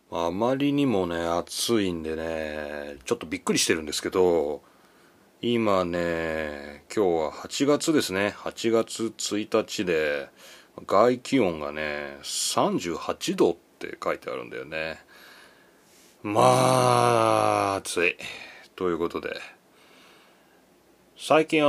あまりにもね、暑いんでね、ちょっとびっくりしてるんですけど、今ね、今日は8月ですね。8月1日で、外気温がね、38度って書いてあるんだよね。まあ、暑い。ということで、最近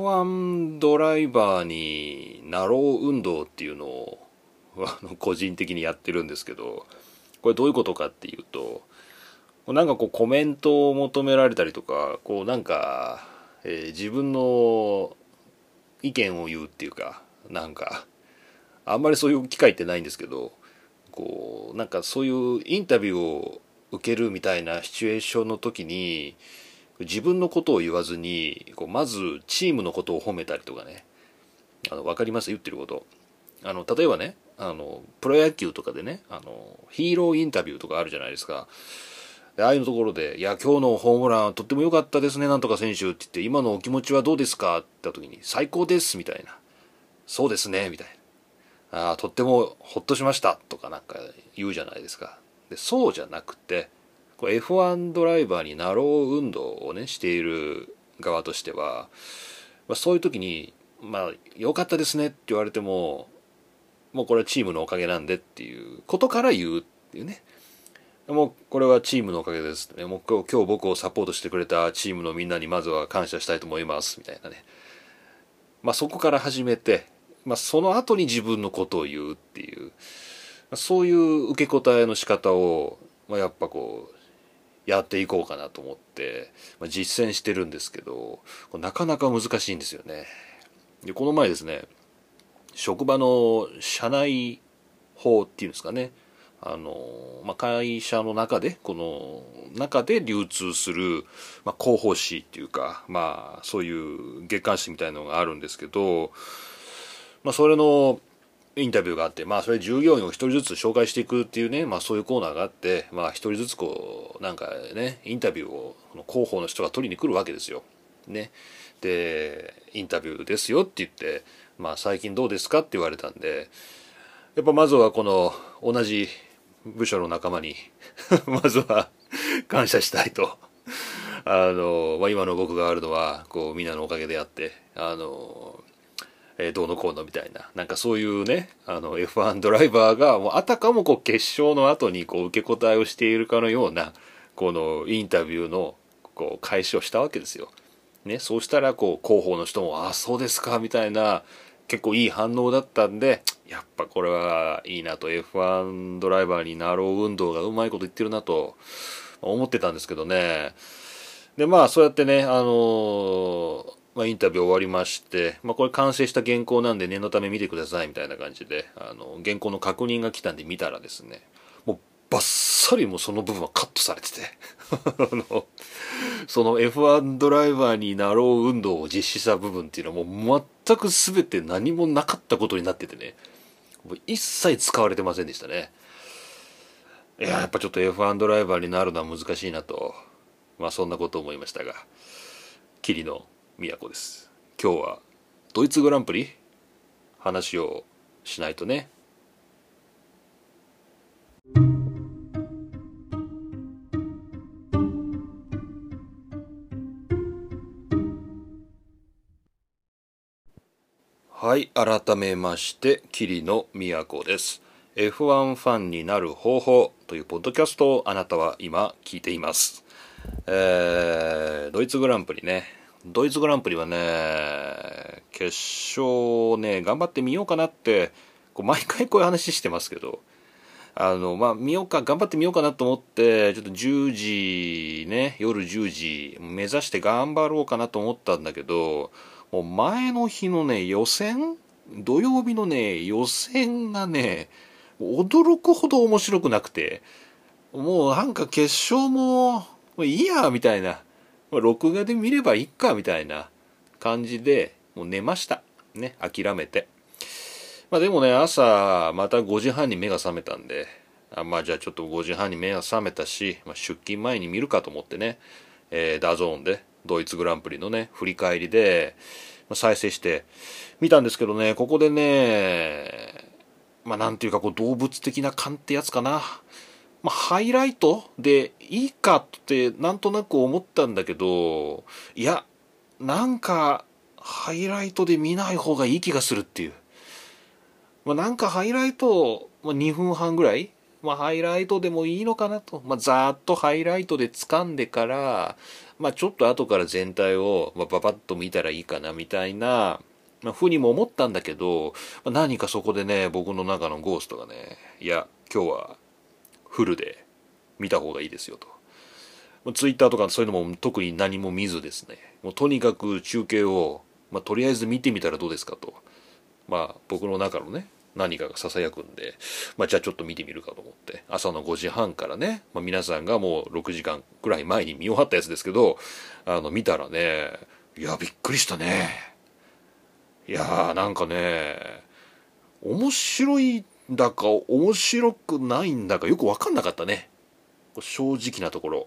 F1 ドライバーになろう運動っていうのを個人的にやってるんですけど、これどういうことかっていうと、なんかこうコメントを求められたりとか、こうなんか、自分の意見を言うっていうか、なんかあんまりそういう機会ってないんですけど、こうなんかそういうインタビューを受けるみたいなシチュエーションの時に、自分のことを言わずにこうまずチームのことを褒めたりとかね、分かります言ってること。例えばね、プロ野球とかでね、ヒーローインタビューとかあるじゃないですか。ああいうところで、いや、今日のホームランとっても良かったですね、なんとか選手って言って、今のお気持ちはどうですかって言った時に、最高です、みたいな。そうですね、みたいな。とってもほっとしました、とかなんか言うじゃないですか。で、そうじゃなくて、こう F1 ドライバーになろう運動をね、している側としては、そういう時に、良かったですねって言われても、もうこれはチームのおかげなんでっていうことから言うっていうね。もうこれはチームのおかげですね。もう今日僕をサポートしてくれたチームのみんなにまずは感謝したいと思いますみたいなね。そこから始めて、その後に自分のことを言うっていう、そういう受け答えの仕方を、やっぱこうやっていこうかなと思って、実践してるんですけど、なかなか難しいんですよね。でこの前ですね、職場の社内法っていうんですかね、会社の中でこの中で流通する、広報誌っていうか、そういう月刊誌みたいなのがあるんですけど、それのインタビューがあって、それ従業員を一人ずつ紹介していくっていうね、そういうコーナーがあって、一人ずつこうなんかねインタビューを広報の人が取りに来るわけですよ。ね、でインタビューですよって言って、最近どうですかって言われたんで、やっぱまずはこの同じ部署の仲間にまずは感謝したいと。今の僕があるのはこうみんなのおかげであって、どうのこうのみたいな、なんかそういうね、F1 ドライバーがもうあたかもこう決勝の後にこう受け答えをしているかのようなこのインタビューのこう開始をしたわけですよ。ね、そうしたらこう広報の人も「ああそうですか」みたいな結構いい反応だったんで、やっぱこれはいいなと、 F1 ドライバーになろう運動がうまいこと言ってるなと思ってたんですけどね。でそうやってね、インタビュー終わりまして、これ完成した原稿なんで念のため見てくださいみたいな感じで原稿の確認が来たんで見たらですね、もうバッサリもうその部分はカットされててその F1 ドライバーになろう運動を実施した部分っていうのはもう全く全て何もなかったことになっててね、もう一切使われてませんでしたね。やっぱちょっと F1 ドライバーになるのは難しいなと、そんなことを思いましたが、桐野都です。今日はドイツグランプリ話をしないとね。はい、改めまして桐野都です。 F1 ファンになる方法というポッドキャストをあなたは今聞いています。ドイツグランプリね。ドイツグランプリはね、決勝ね頑張ってみようかなってこう毎回こういう話してますけど、見ようか、頑張ってみようかなと思って、ちょっと10時ね、夜10時目指して頑張ろうかなと思ったんだけど、もう前の日のね、予選土曜日のね、予選がね、驚くほど面白くなくて、もうなんか決勝もういいや、みたいな。録画で見ればいいか、みたいな感じで、もう寝ました。ね、諦めて。でもね、朝、また5時半に目が覚めたんで、じゃあちょっと5時半に目が覚めたし、出勤前に見るかと思ってね、ダゾーンで、ドイツグランプリのね、振り返りで、再生して見たんですけどね、ここでね、なんていうかこう動物的な勘ってやつかな。 ハイライトでいいかってなんとなく思ったんだけど、いや、なんかハイライトで見ない方がいい気がするっていう。なんかハイライト、2分半ぐらい、ハイライトでもいいのかなと。ざーっとハイライトで掴んでから、ちょっと後から全体を、ババッと見たらいいかなみたいな、ふうにも思ったんだけど、何かそこでね、僕の中のゴーストがね、いや、今日はフルで見た方がいいですよと。ツイッターとかそういうのも特に何も見ずですね、もうとにかく中継を、とりあえず見てみたらどうですかと。僕の中のね、何かが囁くんで、じゃあちょっと見てみるかと思って、朝の5時半からね、皆さんがもう6時間くらい前に見終わったやつですけど、見たらね、いや、びっくりしたね。いやー、なんかね、面白いんだか面白くないんだかよく分かんなかったね。正直なところ。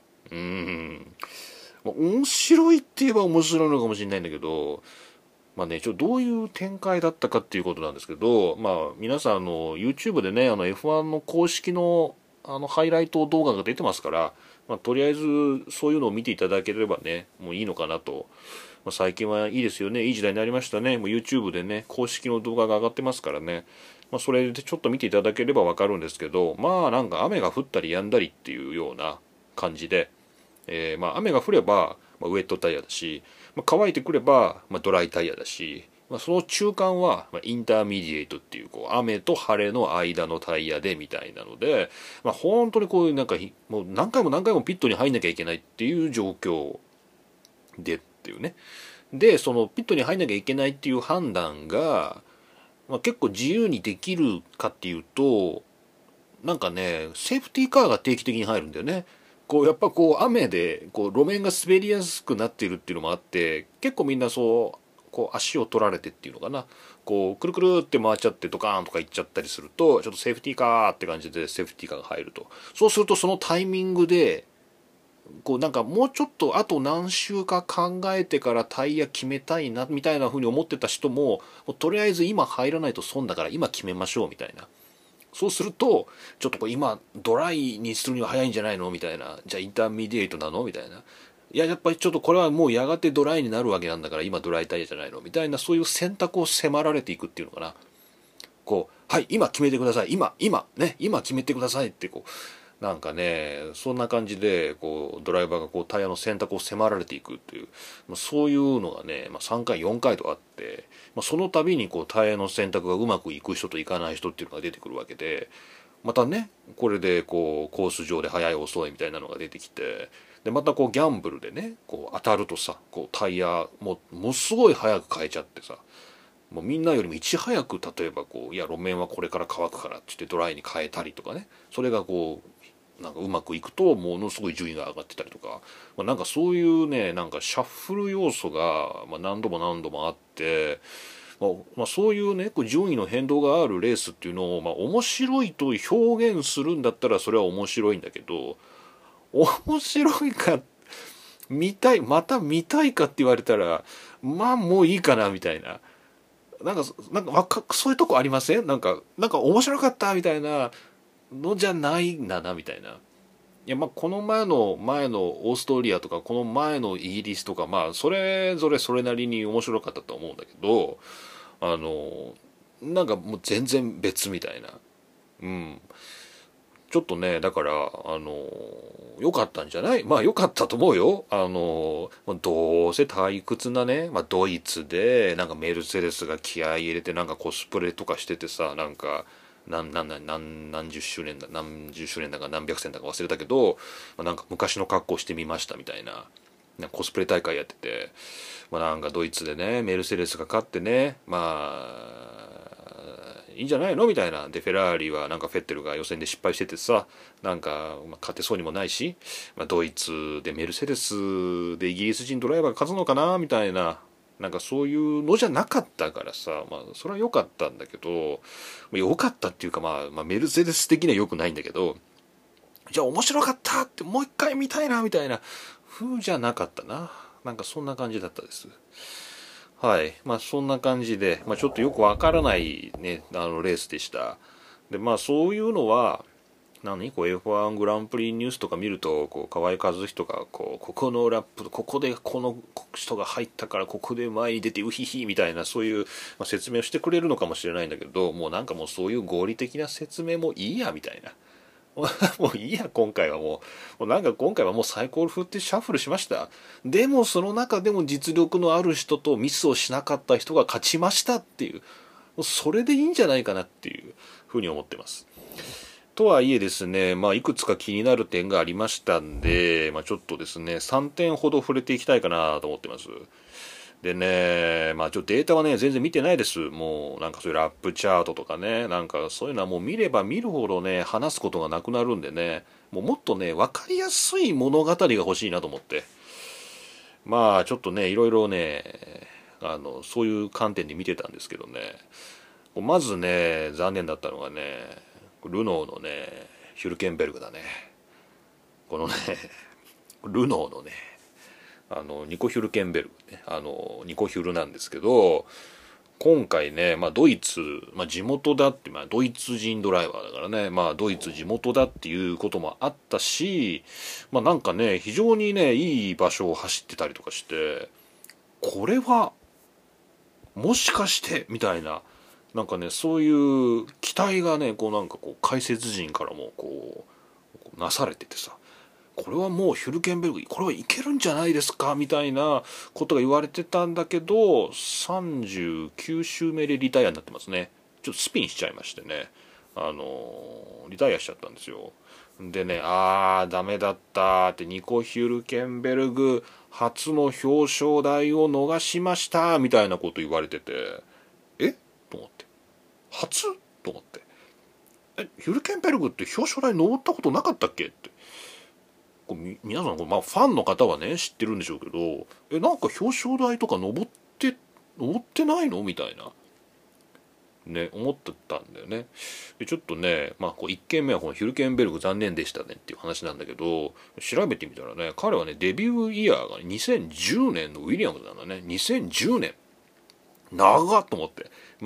面白いって言えば面白いのかもしれないんだけど、どういう展開だったかっていうことなんですけど、皆さんYouTube でね、F1 の公式のハイライト動画が出てますから、とりあえずそういうのを見ていただければね、もういいのかなと。最近はいいですよね、いい時代になりましたね。もう YouTube でね、公式の動画が上がってますからね。それでちょっと見ていただければわかるんですけど、なんか雨が降ったり止んだりっていうような感じで、雨が降れば、ウェットタイヤだし、乾いてくれば、ドライタイヤだし、その中間は、インターミディエイトっていう、雨と晴れの間のタイヤでみたいなので、本当にこういうなんか、もう何回も何回もピットに入んなきゃいけないっていう状況でっていうね。で、そのピットに入んなきゃいけないっていう判断が、結構自由にできるかっていうと、なんかね、セーフティーカーが定期的に入るんだよね。やっぱ雨で路面が滑りやすくなっているっていうのもあって、結構みんな足を取られてっていうのかな、くるくるって回っちゃってドカーンとかいっちゃったりすると、ちょっとセーフティーカーって感じでセーフティーカーが入ると。そうするとそのタイミングでなんかもうちょっとあと何週か考えてからタイヤ決めたいなみたいな風に思ってた人も、とりあえず今入らないと損だから今決めましょうみたいな。そうすると、ちょっと今ドライにするには早いんじゃないのみたいな。じゃあインターミディエイトなのみたいな。いや、やっぱりちょっとこれはもうやがてドライになるわけなんだから今ドライタイヤじゃないのみたいな、そういう選択を迫られていくっていうのかな。はい、今決めてください。今決めてくださいってなんかね、そんな感じでドライバーがタイヤの選択を迫られていくっていう、そういうのがね、3回4回とあって、その度にタイヤの選択がうまくいく人といかない人っていうのが出てくるわけで、またねこれでコース上で速い遅いみたいなのが出てきて、でまたギャンブルでね当たるとさ、タイヤものすごい速く変えちゃってさ、もうみんなよりもいち早く、例えばいや路面はこれから乾くからって言ってドライに変えたりとかね、それがなんかうまくいくとものすごい順位が上がってたりとか、なんかそういうね、なんかシャッフル要素が、何度も何度もあって、そういうね順位の変動があるレースっていうのを、面白いと表現するんだったらそれは面白いんだけど、面白いかまた見たいかって言われたらもういいかなみたいな。なんかそういうとこありません？なんか面白かったみたいなのじゃないんだなみたいな。いやこの前のオーストリアとかこの前のイギリスとかそれぞれそれなりに面白かったと思うんだけど、なんかもう全然別みたいな。ちょっとね、だから良かったんじゃない？良かったと思うよ。どうせ退屈なね、ドイツでなんかメルセデスが気合い入れてなんかコスプレとかしててさ、なんか何十周年だか何百戦だか忘れたけど、なんか昔の格好してみましたみたいなコスプレ大会やってて、なんかドイツでねメルセデスが勝ってね、いいんじゃないのみたいな。でフェラーリはなんかフェッテルが予選で失敗しててさ、なんか勝てそうにもないし、ドイツでメルセデスでイギリス人ドライバーが勝つのかなみたいな、なんかそういうのじゃなかったからさ、それは良かったんだけど、良かったっていうかメルセデス的には良くないんだけど、じゃあ面白かったってもう一回見たいなみたいな風じゃなかったな。なんかそんな感じだったです。はい。そんな感じで、ちょっとよくわからないね、レースでした。で、そういうのは、 こう F1 グランプリニュースとか見ると、こう河合和人がここのラップここでこの人が入ったからここで前に出てウヒヒみたいな、そういう、説明をしてくれるのかもしれないんだけど、もうそういう合理的な説明もいいやみたいな。もういいや今回は今回はもうサイコロ振ってシャッフルしました。でもその中でも実力のある人とミスをしなかった人が勝ちましたっていう、もうそれでいいんじゃないかなっていうふうに思ってます。とはいえですね、いくつか気になる点がありましたんで、ちょっとですね、3点ほど触れていきたいかなと思ってます。でね、ちょっとデータはね、全然見てないです。もう、そういうラップチャートとかね、そういうのはもう見れば見るほどね、話すことがなくなるんでね、もっとね、わかりやすい物語が欲しいなと思って。ちょっとね、いろいろね、そういう観点で見てたんですけどね、まずね、残念だったのがね、ルノーのねヒュルケンベルグだね。このねルノーのねニコ・ヒュルケンベルグね、ニコ・ヒュルなんですけど、今回ね、ドイツ、地元だって、ドイツ人ドライバーだからね、ドイツ地元だっていうこともあったし、非常にねいい場所を走ってたりとかして、これはもしかしてみたいな、そういう期待がね、解説陣からもなされててさ、これはもうヒュルケンベルグこれはいけるんじゃないですかみたいなことが言われてたんだけど、39周目でリタイアになってますね。ちょっとスピンしちゃいましてね、リタイアしちゃったんですよ。でね、ダメだったってニコ・ヒュルケンベルグ初の表彰台を逃しましたみたいなこと言われてて、と思って、初と思って、ヒュルケンベルグって表彰台登ったことなかったっけって、皆さんファンの方はね知ってるんでしょうけど、表彰台とか登ってないのみたいなね思ってたんだよね。でちょっとね、1件目はこのヒュルケンベルグ残念でしたねっていう話なんだけど、調べてみたらね、彼はねデビューイヤーが2010年のウィリアムズなんだね。2010年長っと思って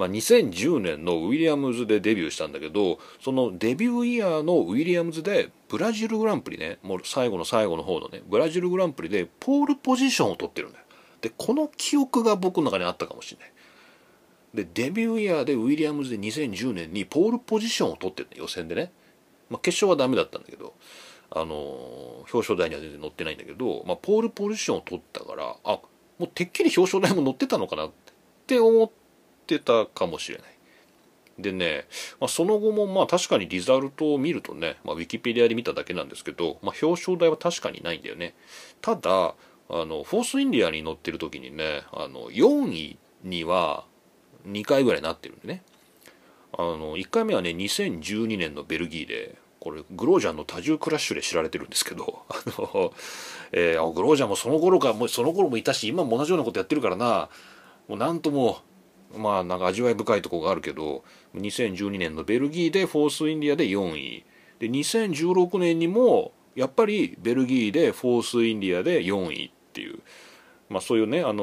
、2010年のウィリアムズでデビューしたんだけど、そのデビューイヤーのウィリアムズでブラジルグランプリね、もう最後の最後の方のねブラジルグランプリでポールポジションを取ってるんだよ。でこの記憶が僕の中にあったかもしれない。でデビューイヤーでウィリアムズで2010年にポールポジションを取ってるんだよ、予選でね。決勝はダメだったんだけど、表彰台には全然乗ってないんだけど、ポールポジションを取ったから、もうてっきり表彰台も乗ってたのかなって思ってたかもしれない。でね、その後も確かにリザルトを見るとね、ウィキペディアで見ただけなんですけど、表彰台は確かにないんだよね。ただフォースインディアに乗ってる時にね、4位には2回ぐらいなってるんでね。1回目はね2012年のベルギーで、これグロージャンの多重クラッシュで知られてるんですけどグロージャンもその頃もいたし、今も同じようなことやってるからな、もうなんとも味わい深いところがあるけど、2012年のベルギーでフォースインディアで4位で、2016年にもやっぱりベルギーでフォースインディアで4位っていう、そういうね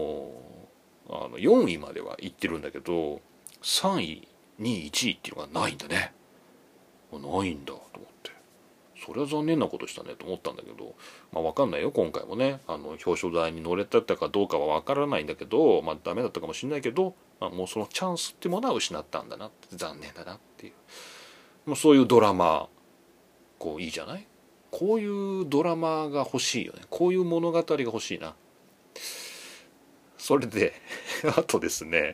4位までは行ってるんだけど、3位2位1位っていうのがないんだね。ないんだと思って、それは残念なことしたねと思ったんだけど、分かんないよ今回もね、表彰台に乗れたかどうかは分からないんだけど、ダメだったかもしれないけど、もうそのチャンスってものは失ったんだなって、残念だなっていう、もうそういうドラマいいじゃない。こういうドラマが欲しいよね。こういう物語が欲しいな。それであとですね、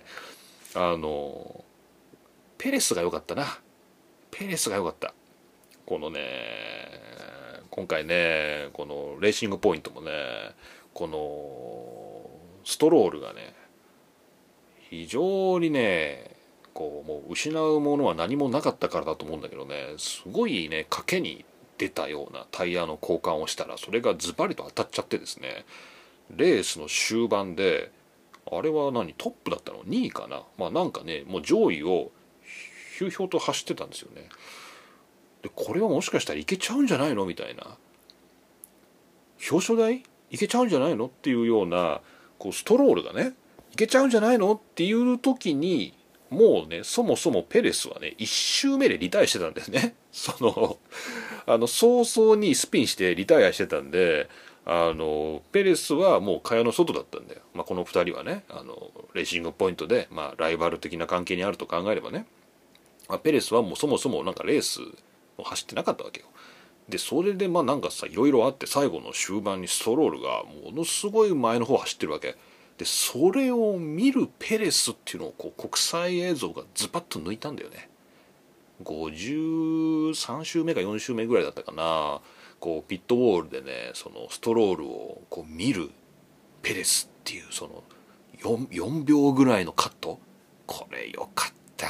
ペレスが良かったな。ペレスが良かった。このね、今回ね、このレーシングポイントもね、このストロールがね、非常にね、もう失うものは何もなかったからだと思うんだけどね、すごいね、賭けに出たようなタイヤの交換をしたら、それがズバリと当たっちゃってですね、レースの終盤で、あれはトップだったの ?2 位かな、もう上位をひゅうひょうと走ってたんですよね。でこれはもしかしたらいけちゃうんじゃないのみたいな、表彰台いけちゃうんじゃないのっていうような、ストロールがねいけちゃうんじゃないのっていう時にもうね、そもそもペレスはね、1周目でリタイアしてたんですね。早々にスピンしてリタイアしてたんで、ペレスはもう蚊帳の外だったんだよ。まあ、この2人はね、レーシングポイントで、まあ、ライバル的な関係にあると考えればね、まあ、ペレスはもうそもそもなんかレースを走ってなかったわけよ。で、それでまあなんかさ、いろいろあって最後の終盤にストロールがものすごい前の方走ってるわけ。で、それを見るペレスっていうのをこう国際映像がズパッと抜いたんだよね。53周目か4周目ぐらいだったかな。こうピットウォールでね、そのストロールをこう見るペレスっていうその 4秒ぐらいのカット。これよかったな。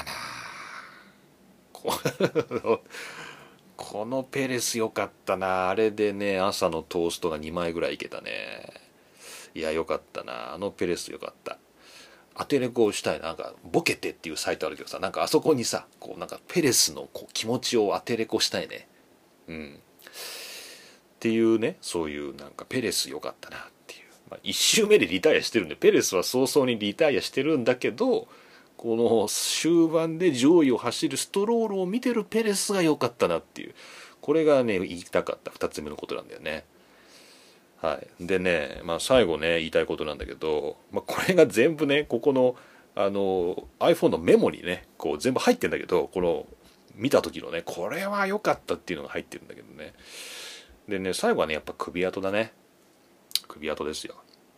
このペレスよかったな。あれでね、朝のトーストが2枚ぐらいいけたね。いや、よかったな。あのペレスよかった。アテレコをしたいな。なんか、ボケてっていうサイトあるけどさ、なんかあそこにさ、こうなんかペレスのこう気持ちをアテレコしたいね。うん。っていうね、そういうなんかペレスよかったなっていう。まあ、1周目でリタイアしてるんで、ペレスは早々にリタイアしてるんだけど、この終盤で上位を走るストロールを見てるペレスが良かったなっていう、これがね言いたかった2つ目のことなんだよね。はい、でね、まあ、最後ね言いたいことなんだけど、まあ、これが全部ねここのiPhone のメモにねこう全部入ってんだけど、この見た時のねこれは良かったっていうのが入ってるんだけどね。でね、最後はねやっぱ首跡だね。首跡ですよ。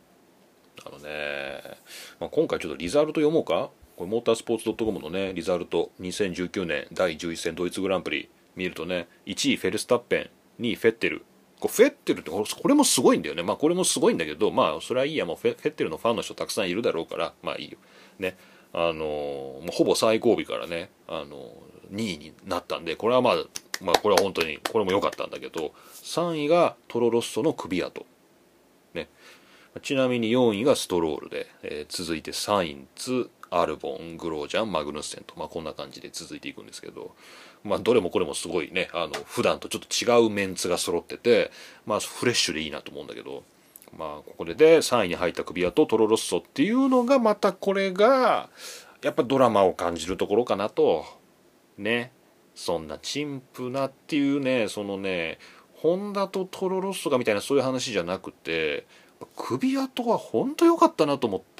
まあ、今回ちょっとリザルト読もうか。これモータースポーツ .com のねリザルト2019年第11戦ドイツグランプリ見るとね、1位フェルスタッペン、2位フェッテル。フェッテルってこれもすごいんだよね。まあこれもすごいんだけど、まあそれはいいや、もうフェッテルのファンの人たくさんいるだろうからまあいいよね。もうほぼ最後尾からね2位になったんで、これはまあこれは本当にこれも良かったんだけど、3位がトロロッソの首跡ね。ちなみに4位がストロールで、続いてサインツ、アルボン、グロージャン、マグヌッセンと、まあ、こんな感じで続いていくんですけど、まあ、どれもこれもすごいね普段とちょっと違うメンツが揃ってて、まあ、フレッシュでいいなと思うんだけど、まあ、ここで3位に入ったクビアとトロロッソっていうのがまたこれがやっぱドラマを感じるところかなとね。そんな陳腐なっていうね、そのねホンダとトロロッソがみたいなそういう話じゃなくて、首跡は本当良かったなと思って、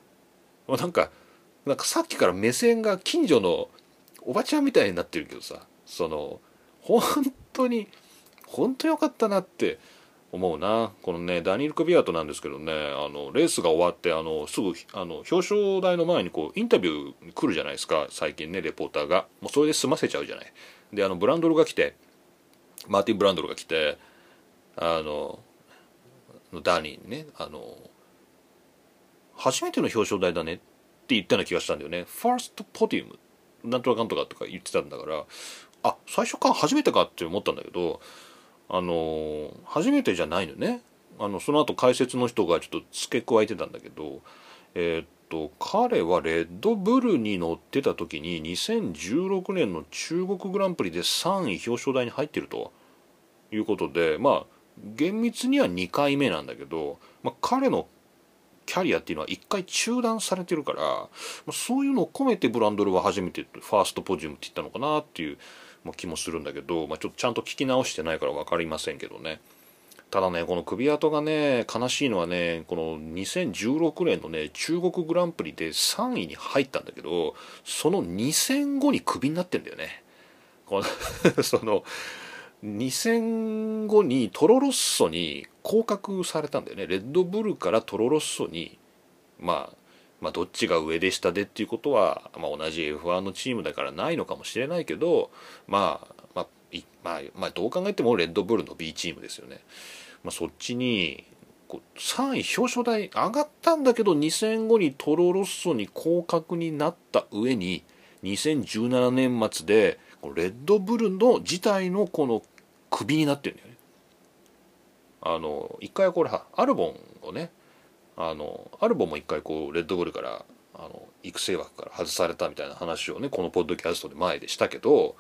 なんかさっきから目線が近所のおばちゃんみたいになってるけどさ、本当に本当良かったなって思うな。このねダニエル・クビアトなんですけどね、レースが終わってすぐ表彰台の前にこうインタビューに来るじゃないですか、最近ねレポーターが。もうそれで済ませちゃうじゃない。でブランドルが来て、マーティン・ブランドルが来てダニーにね初めての表彰台だねって言ったような気がしたんだよね。ファーストポディウムなんとかかんとかとか言ってたんだから、あ、最初から初めてかって思ったんだけど、初めてじゃないのね。その後解説の人がちょっと付け加えてたんだけど、彼はレッドブルに乗ってた時に2016年の中国グランプリで3位表彰台に入ってるということで、まあ厳密には2回目なんだけど、まあ、彼のキャリアっていうのは1回中断されてるから、そういうのを込めてブランドルは初めてファーストポジウムって言ったのかなっていう気もするんだけど、ちょっとちゃんと聞き直してないから分かりませんけどね。ただねこの首跡がね悲しいのはね、この2016年のね中国グランプリで3位に入ったんだけど、その2戦後にクビになってんだよね。このその2戦後にトロロッソに降格されたんだよね。レッドブルからトロロッソに、まあどっちが上で下でっていうことは、同じ F1 のチームだからないのかもしれないけど、まあどう考えてもレッドブルの B チームですよね。そっちに3位表彰台上がったんだけど、2戦後にトロロッソに降格になった上に2017年末でレッドブルの自体のこのクビになってるんだよね。一回これアルボンをねアルボンも一回こうレッドブルから育成枠から外されたみたいな話をねこのポッドキャストで前でしたけど、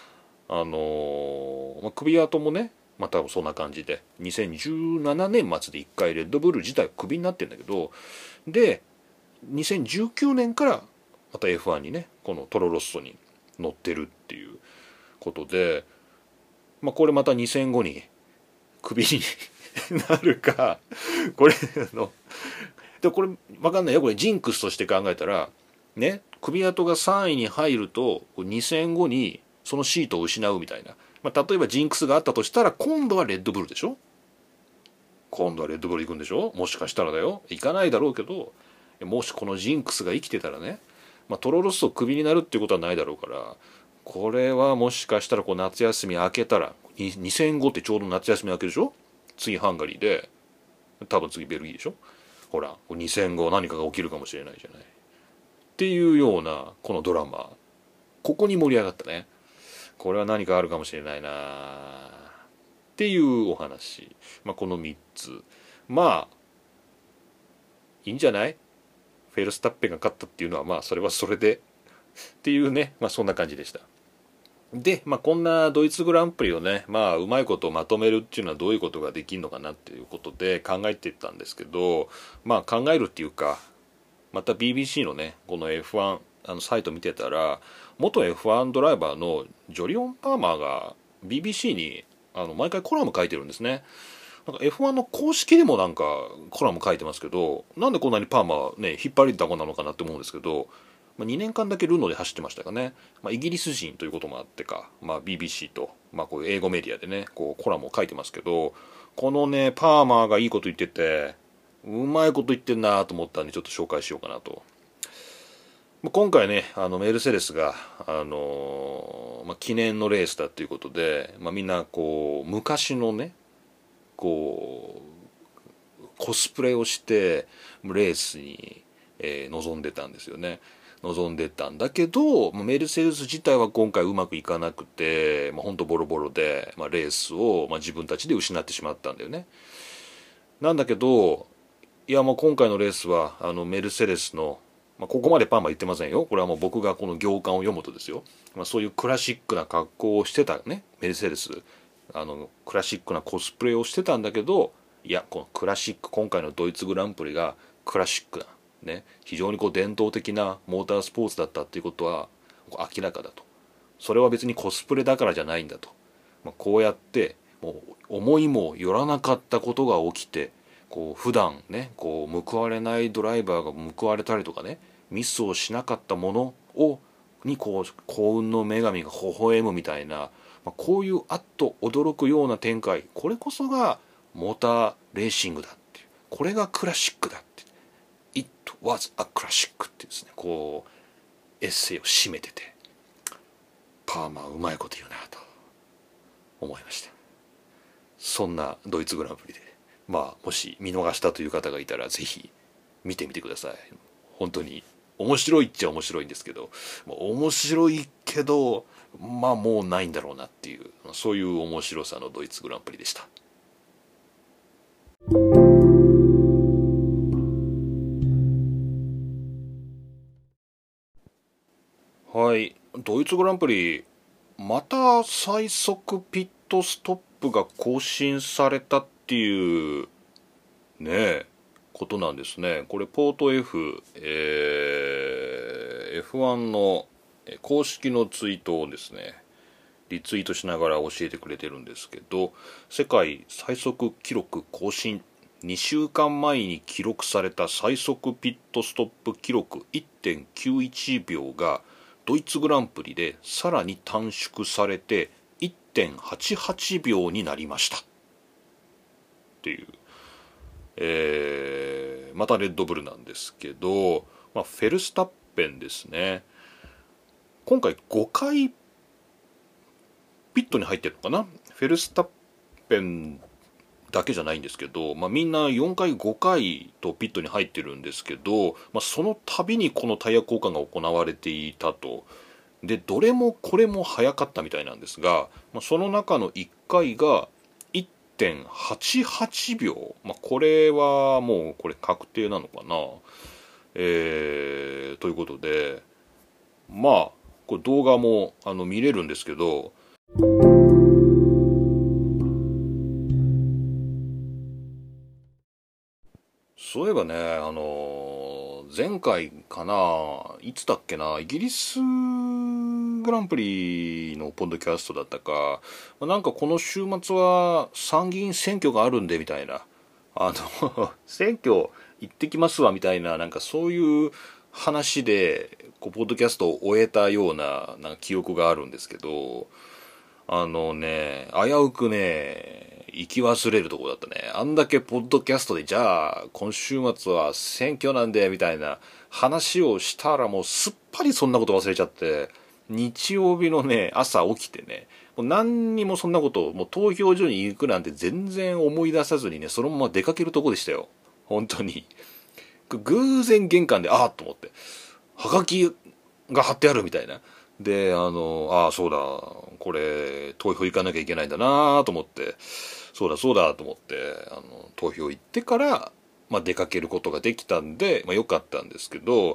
首跡もねまたそんな感じで2017年末で一回レッドブル自体クビになってるんだけど、で2019年からまた F1 にねこのトロロッソに乗ってるっていうことで、これまた2戦後にクビになるかこれでこれ分かんないよ、これジンクスとして考えたらね、首跡が3位に入ると2戦後にそのシートを失うみたいな、例えばジンクスがあったとしたら今度はレッドブルでしょ、今度はレッドブル行くんでしょ、もしかしたらだよ、行かないだろうけど、もしこのジンクスが生きてたらね、トロロッソクビになるっていうことはないだろうから、これはもしかしたら夏休み明けたら2戦後ってちょうど夏休み明けでしょ、次ハンガリーで多分次ベルギーでしょ、ほら2戦後何かが起きるかもしれないじゃないっていうようなこのドラマ、ここに盛り上がったね。これは何かあるかもしれないなっていうお話、この3つ、いいんじゃない、フェルスタッペンが勝ったっていうのはそれはそれでっていうね、そんな感じでした。で、こんなドイツグランプリをね、うまいことをまとめるっていうのはどういうことができるのかなっていうことで考えていったんですけど、考えるっていうか、また BBC のねこの F1 サイト見てたら、元 F1 ドライバーのジョリオン・パーマーが BBC に毎回コラム書いてるんですね。なんか F1 の公式でもなんかコラム書いてますけど、なんでこんなにパーマーね引っ張りだこなのかなって思うんですけど、2年間だけルノで走ってましたかね。イギリス人ということもあってか、BBC と、こういう英語メディアでねこうコラムを書いてますけど、このねパーマーがいいこと言っててうまいこと言ってんなと思ったんでちょっと紹介しようかなと。今回ねメルセデスが、記念のレースだということで、みんなこう昔のねこうコスプレをしてレースに、臨んでたんですよね。望んでたんだけどメルセデス自体は今回うまくいかなくて、ほんとボロボロで、レースを、自分たちで失ってしまったんだよね。なんだけどいや今回のレースはメルセデスの、ここまでパーマ言ってませんよ、これはもう僕がこの行間を読むとですよ、そういうクラシックな格好をしてたねメルセデス、クラシックなコスプレをしてたんだけど、いやこのクラシック、今回のドイツグランプリがクラシックなね非常にこう伝統的なモータースポーツだったっていうことは明らかだと。それは別にコスプレだからじゃないんだと、こうやってもう思いもよらなかったことが起きて、こう普段ねこう報われないドライバーが報われたりとかね、ミスをしなかったものにこう幸運の女神が微笑むみたいな、こういうあっと驚くような展開、これこそがモーターレーシングだっていう、これがクラシックだって、 It was a classic ってですね、こうエッセイを締めてて、パーマーうまいこと言うなと思いました。そんなドイツグランプリで、もし見逃したという方がいたらぜひ見てみてください。本当に面白いっちゃ面白いんですけど、面白いけどもうないんだろうなっていう、そういう面白さのドイツグランプリでした。はい、ドイツグランプリまた最速ピットストップが更新されたっていうねことなんですね。これポート F1 の公式のツイートをですねリツイートしながら教えてくれてるんですけど、世界最速記録更新、2週間前に記録された最速ピットストップ記録 1.91 秒がドイツグランプリでさらに短縮されて 1.88 秒になりましたっていう、またレッドブルなんですけど、フェルスタッペンですね、今回5回ピットに入ってるのかな。フェルスタッペンだけじゃないんですけど、みんな4回5回とピットに入ってるんですけど、その度にこのタイヤ交換が行われていたと。でどれもこれも早かったみたいなんですが、その中の1回が 1.88 秒、これはもうこれ確定なのかな、ということでこれ動画も見れるんですけど、そういえばね前回かないつだっけな、イギリスグランプリのポッドキャストだったか、なんかこの週末は参議院選挙があるんでみたいな、選挙行ってきますわみたいな、なんかそういう話でこうポッドキャストを終えたような、なんか記憶があるんですけど、危うくね、行き忘れるとこだったね。あんだけポッドキャストで、じゃあ今週末は選挙なんでみたいな話をしたら、もうすっぱりそんなこと忘れちゃって、日曜日のね朝起きてね、もう何にもそんなこと、もう投票所に行くなんて全然思い出さずにね、そのまま出かけるとこでしたよ、本当に。偶然玄関であっと思って、はがきが貼ってあるみたいな。で、そうだ、これ投票行かなきゃいけないんだなと思って、そうだそうだと思って、投票行ってから、出かけることができたんで、良かったんですけど、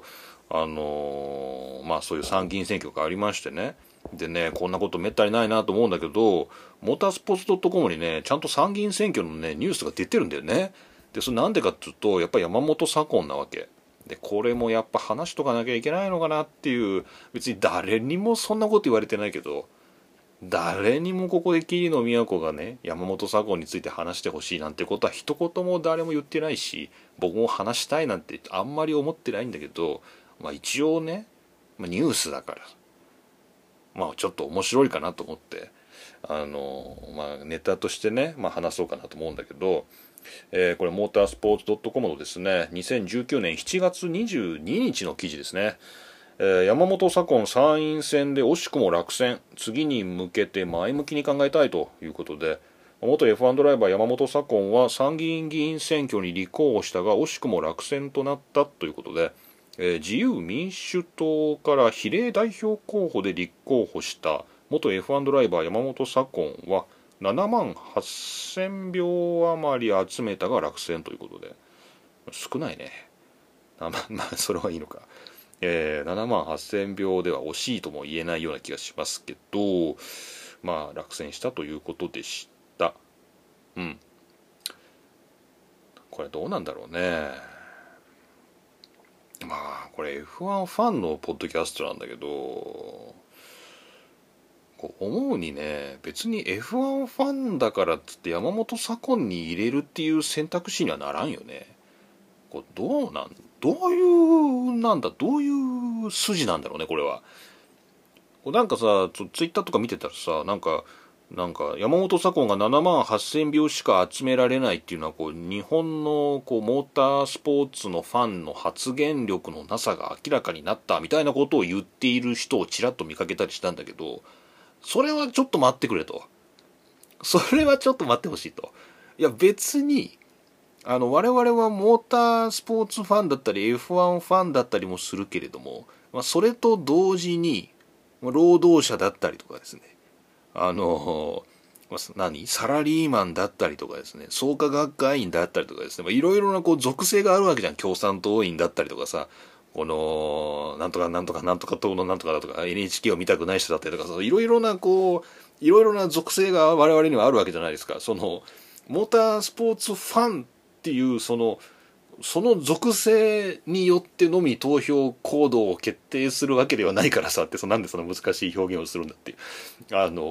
そういう参議院選挙がありましてね。でね、こんなことめったにないなと思うんだけど、モータースポーツ .com にね、ちゃんと参議院選挙のね、ニュースが出てるんだよね。で、それなんでかっていうと、やっぱり山本左近なわけ。で、これもやっぱ話しとかなきゃいけないのかなっていう、別に誰にもそんなこと言われてないけど、誰にもここで桐野都がね、山本左近について話してほしいなんてことは一言も誰も言ってないし、僕も話したいなんてあんまり思ってないんだけど、一応ね、ニュースだから、ちょっと面白いかなと思って、ネタとしてね、話そうかなと思うんだけど、これモータースポーツ .com のですね、2019年7月22日の記事ですね。山本左近参院選で惜しくも落選、次に向けて前向きに考えたいということで、元 F1 ドライバー山本左近は参議院議員選挙に立候補したが惜しくも落選となったということで、自由民主党から比例代表候補で立候補した元 F1 ドライバー山本左近は7万8000票余り集めたが落選ということで、少ないね。それはいいのか。7万8000票では惜しいとも言えないような気がしますけど、落選したということでした。これどうなんだろうね。これ F1 ファンのポッドキャストなんだけど、思うにね、別に F1 ファンだからっつって山本左近に入れるっていう選択肢にはならんよね。どういう筋なんだろうね、これは。なんかさ、ツイッターとか見てたらさ、なんか山本左近が7万8000票しか集められないっていうのは、日本のモータースポーツのファンの発言力のなさが明らかになったみたいなことを言っている人をちらっと見かけたりしたんだけど、それはちょっと待ってくれと。それはちょっと待ってほしいと。いや別に、我々はモータースポーツファンだったり F1 ファンだったりもするけれども、それと同時に労働者だったりとかですね、サラリーマンだったりとかですね、創価学会員だったりとかですね、いろいろな属性があるわけじゃん。共産党員だったりとかさ、なんとかなんとかなんとか党のなんとかだとか NHK を見たくない人だったりとかさ、いろいろな属性が我々にはあるわけじゃないですか。モータースポーツファンっていうその属性によってのみ投票行動を決定するわけではないからさって、なんでその難しい表現をするんだっていう。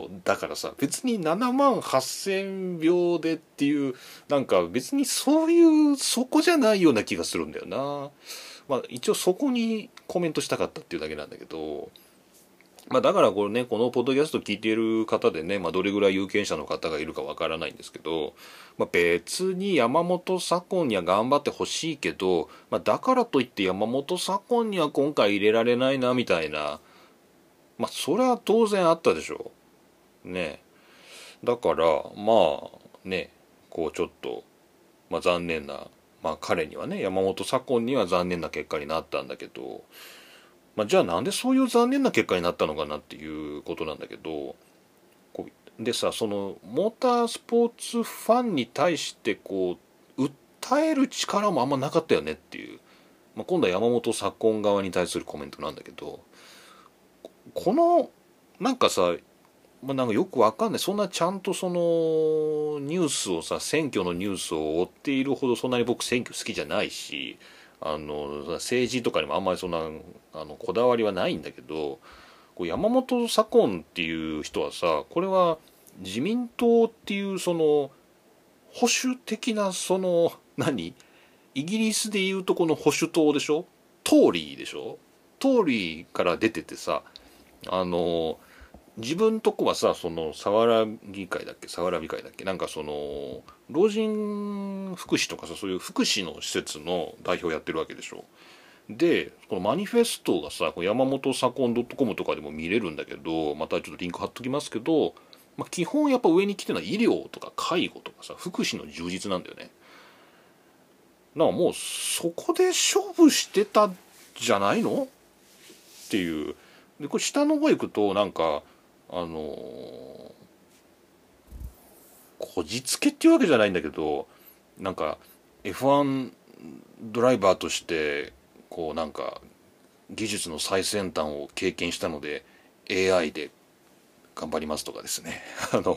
だからさ、別に7万8000票でっていう、なんか別にそこじゃないような気がするんだよな。一応そこにコメントしたかったっていうだけなんだけど、だからこのポッドキャスト聞いている方でね、どれぐらい有権者の方がいるかわからないんですけど、別に山本左近には頑張ってほしいけど、だからといって山本左近には今回入れられないなみたいな、それは当然あったでしょうね。だからちょっと残念な、彼にはね、山本左近には残念な結果になったんだけど、じゃあなんでそういう残念な結果になったのかなっていうことなんだけど、でさ、そのモータースポーツファンに対して訴える力もあんまなかったよねっていう、今度は山本左近側に対するコメントなんだけど、なんかさ、なんかよくわかんない。そんなちゃんとそのニュースをさ、選挙のニュースを追っているほどそんなに僕選挙好きじゃないし、 政治とかにもあんまりそんなこだわりはないんだけど、こう山本左近っていう人はさ、これは自民党っていうその保守的なそのイギリスでいうとこの保守党でしょ、トーリーでしょ、トーリーから出ててさ、自分とこはさ、その佐原議会だっけ、なんかその老人福祉とかさ、そういう福祉の施設の代表やってるわけでしょ。でこのマニフェストがさ、山本左近 .com とかでも見れるんだけど、またちょっとリンク貼っときますけど、基本やっぱ上に来てるのは医療とか介護とかさ、福祉の充実なんだよね。なんかもうそこで勝負してたんじゃないのっていう。でこれ下の方行くとなんかこじつけっていうわけじゃないんだけど、なんか F1 ドライバーとしてこうなんか技術の最先端を経験したので AI で頑張りますとかですね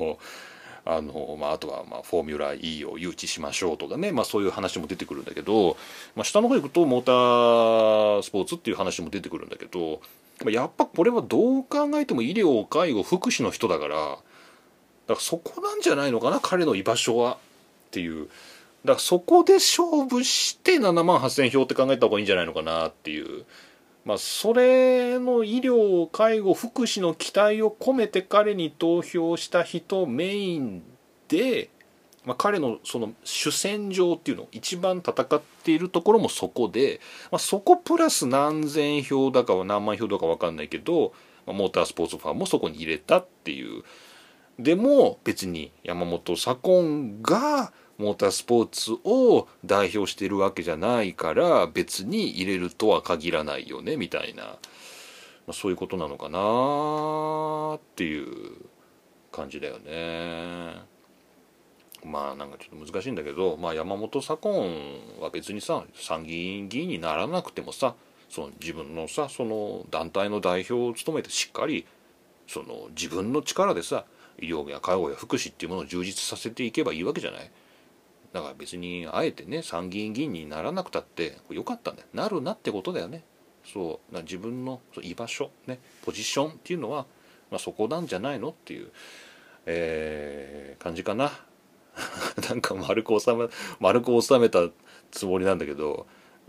あとはフォーミュラ E を誘致しましょうとかね、そういう話も出てくるんだけど、下の方行くとモータースポーツっていう話も出てくるんだけど、やっぱこれはどう考えても医療介護福祉の人だからそこなんじゃないのかな、彼の居場所はっていう。だからそこで勝負して7万8,000票って考えた方がいいんじゃないのかなっていう。それの医療介護福祉の期待を込めて彼に投票した人メインで、彼のその主戦場っていうの一番戦っているところもそこで、そこプラス何千票だかは何万票だか分かんないけど、モータースポーツファンもそこに入れたっていう。でも別に山本左近がモータースポーツを代表しているわけじゃないから別に入れるとは限らないよねみたいな、そういうことなのかなっていう感じだよね。なんかちょっと難しいんだけど、山本左近は別にさ参議院議員にならなくてもさ、その自分のさその団体の代表を務めてしっかりその自分の力でさ医療や介護や福祉っていうものを充実させていけばいいわけじゃない。だから別にあえてね参議院議員にならなくたってよかったんだよ。なるなってことだよね。そう自分の居場所ね、ポジションっていうのは、そこなんじゃないのっていう、感じかな。なんか丸く収めたつもりなんだけど、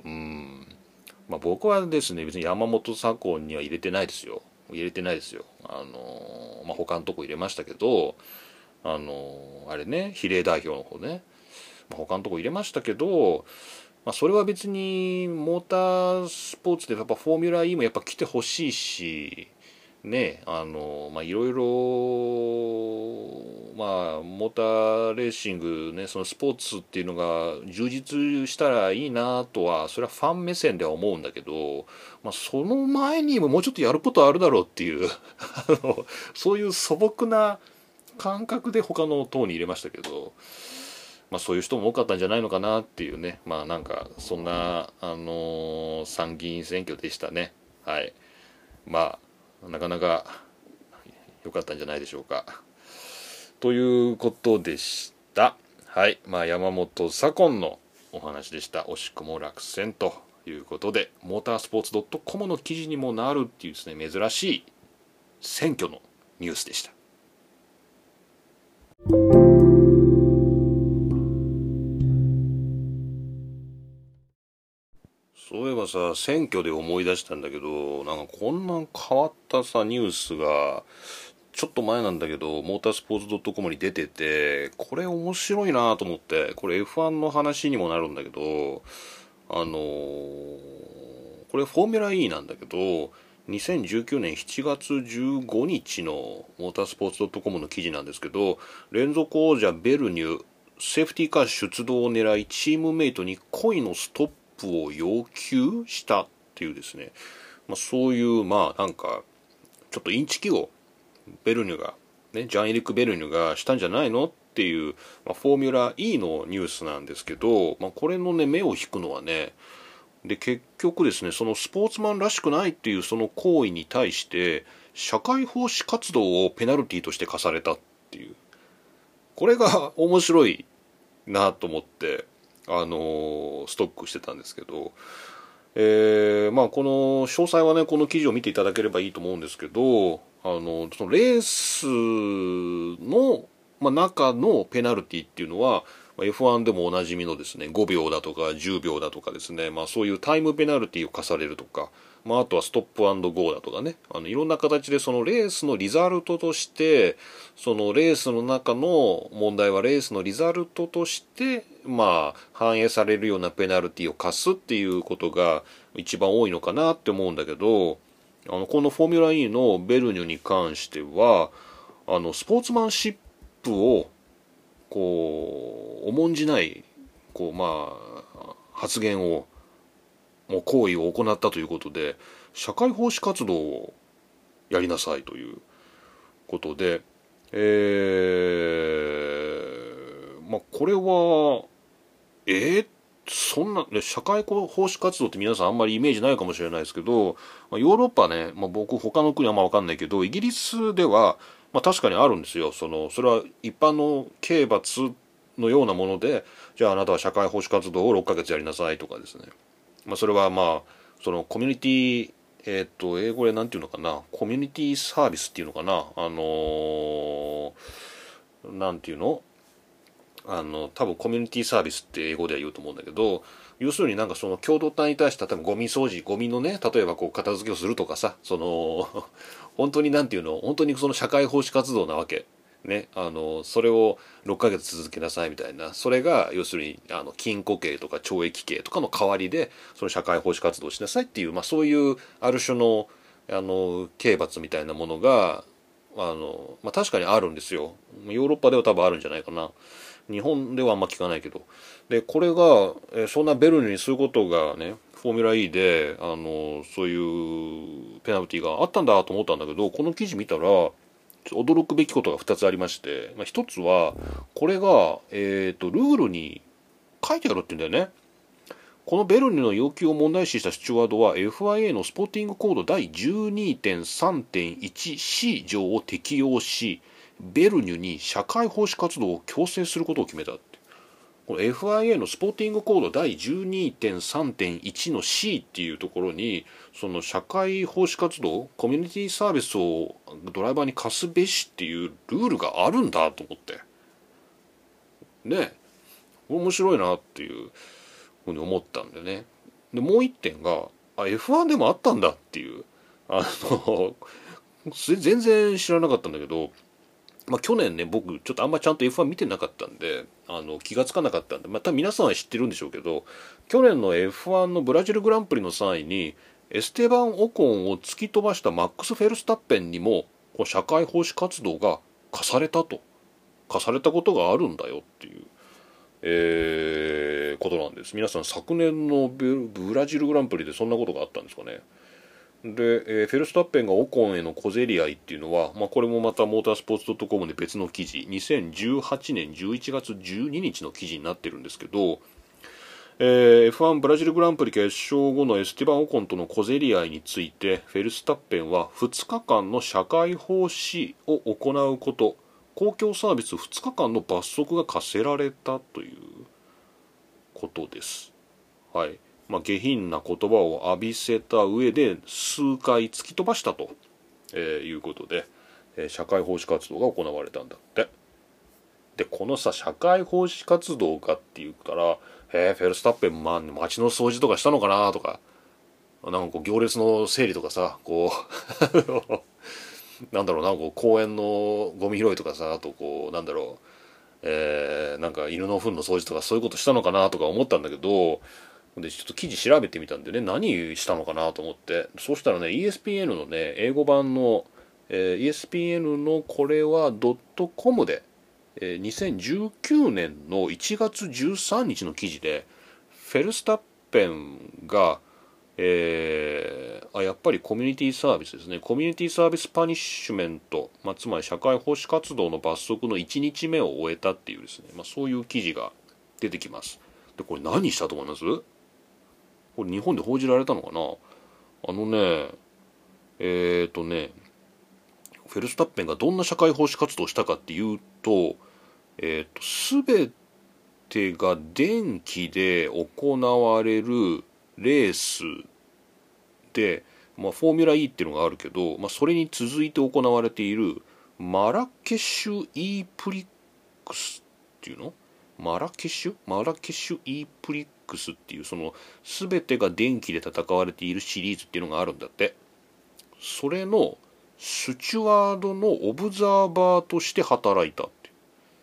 僕はですね別に山本左近には入れてないですよ。他のとこ入れましたけど、あれね比例代表の方ね、他のとこ入れましたけど、それは別にモータースポーツでやっぱフォーミュラ E もやっぱ来てほしいしね、いろいろモーターレーシングね、そのスポーツっていうのが充実したらいいなとはそれはファン目線では思うんだけど、その前にももうちょっとやることあるだろうっていうそういう素朴な感覚で他の党に入れましたけど、そういう人も多かったんじゃないのかなっていうね、なんかそんな参議院選挙でしたね。はい。なかなか良かったんじゃないでしょうか。ということでした。はい。山本左近のお話でした。惜しくも落選ということで、モータースポーツ .com の記事にもなるっていうですね、珍しい選挙のニュースでした。そういえばさ、選挙で思い出したんだけど、なんかこんな変わったさニュースがちょっと前なんだけどモータースポーツ .com に出てて、これ面白いなと思って、これ F1 の話にもなるんだけど、これフォーミュラ E なんだけど、2019年7月15日のモータースポーツ .com の記事なんですけど、連続王者ベルニュセーフティーカー出動を狙いチームメイトに故意のストップを要求したっていうですね、そういうなんかちょっとインチキをベルニュがね、ジャンエリック・ベルニュがしたんじゃないのっていう、フォーミュラ E のニュースなんですけど、これのね目を引くのはね、で結局ですね、そのスポーツマンらしくないっていうその行為に対して社会奉仕活動をペナルティとして課されたっていう、これが面白いなと思って、 ストックしてたんですけど、まあこの詳細はねこの記事を見ていただければいいと思うんですけど、そのレースの、まあ、中のペナルティっていうのは F1 でもおなじみのですね5秒だとか10秒だとかですね、まあ、そういうタイムペナルティを課されるとか、まあ、あとはストップ&ゴーだとかね、いろんな形でそのレースのリザルトとしてそのレースの中の問題はレースのリザルトとしてまあ反映されるようなペナルティを課すっていうことが一番多いのかなって思うんだけど、このフォーミュラ E のベルニュに関してはスポーツマンシップをこう重んじないこうまあ発言をもう行為を行ったということで社会奉仕活動をやりなさいということで、まあこれはそんな社会奉仕活動って皆さんあんまりイメージないかもしれないですけど、ヨーロッパね、まあ、僕他の国はあんま分かんないけどイギリスでは、まあ、確かにあるんですよ。それは一般の刑罰のようなもので、じゃああなたは社会奉仕活動を6ヶ月やりなさいとかですね、まあ、それはまあそのコミュニティ英語でなんていうのかな、コミュニティサービスっていうのかな、なんていうの、多分コミュニティサービスって英語では言うと思うんだけど、要するになんかその共同体に対して例えばゴミ掃除、ゴミのね、例えばこう片付けをするとかさ、本当になんていうの、本当にその社会奉仕活動なわけね。それを6ヶ月続けなさいみたいな、それが要するに禁錮刑とか懲役刑とかの代わりでその社会奉仕活動をしなさいっていう、まあ、そういうある種の刑罰みたいなものがまあ、確かにあるんですよ。ヨーロッパでは多分あるんじゃないかな。日本ではあんま聞かないけど。でこれが、そんなベルヌにそういうことがねフォーミュラ E でそういうペナルティがあったんだと思ったんだけど、この記事見たら驚くべきことが2つありまして、まあ、1つはこれが、ルールに書いてあるって言うんだよね。このベルヌの要求を問題視したスチュワードは FIA のスポーティングコード第 12.3.1C 条を適用し、ベルニュに社会奉仕活動を強制することを決めた。この FIA のスポーティングコード第 12.3.1 の C っていうところにその社会奉仕活動コミュニティサービスをドライバーに課すべしっていうルールがあるんだと思ってね、面白いなっていうふうに思ったんでね。でもう一点がF1 でもあったんだっていう全然知らなかったんだけど、まあ、去年ね僕ちょっとあんまちゃんと F1 見てなかったんで気がつかなかったんで、また皆さんは知ってるんでしょうけど、去年の F1 のブラジルグランプリの際にエステバン・オコンを突き飛ばしたマックス・フェルスタッペンにもこう社会奉仕活動が課されたことがあるんだよっていう、ことなんです。皆さん昨年のブラジルグランプリでそんなことがあったんですかね。で、フェルスタッペンがオコンへの小競り合いっていうのは、まあ、これもまたモータースポーツ .com で別の記事2018年11月12日の記事になってるんですけど、F1 ブラジルグランプリ決勝後のエスティバン・オコンとの小競り合いについてフェルスタッペンは2日間の社会奉仕を行うこと、公共サービス2日間の罰則が課せられたということです。はい。まあ、下品な言葉を浴びせた上で数回突き飛ばしたと、いうことで、社会奉仕活動が行われたんだって。でこのさ社会奉仕活動かって言ったらフェルスタッペン、街の掃除とかしたのかなとか、なんかこう行列の整理とかさ、こうなんだろうな、こう公園のゴミ拾いとかさ、あとこうなんだろう、なんか犬の糞の掃除とかそういうことしたのかなとか思ったんだけど、でちょっと記事調べてみたんでね、何したのかなと思って、そうしたらね ESPN のね英語版の、ESPN のこれはドットコムで、2019年の1月13日の記事でフェルスタッペンが、やっぱりコミュニティサービスですね、コミュニティサービスパニッシュメント、つまり社会奉仕活動の罰則の1日目を終えたっていうですね、そういう記事が出てきます。でこれ何したと思います？これ日本で報じられたのかな。フェルスタッペンがどんな社会奉仕活動をしたかっていうと、全てが電気で行われるレースで、フォーミュラ E っていうのがあるけど、それに続いて行われているマラケシュ E プリックスっていうの、マラケシュ E プリックスっていう、その全てが電気で戦われているシリーズっていうのがあるんだって。それのスチュワードのオブザーバーとして働いたって。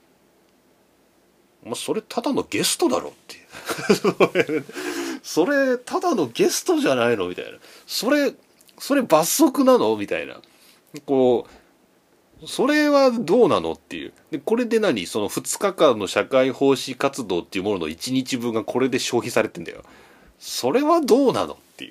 それただのゲストだろっていうそれただのゲストじゃないのみたいな。それ罰則なのみたいな。それはどうなのっていう。で、これでその2日間の社会奉仕活動っていうものの1日分がこれで消費されてんだよ。それはどうなのっていう。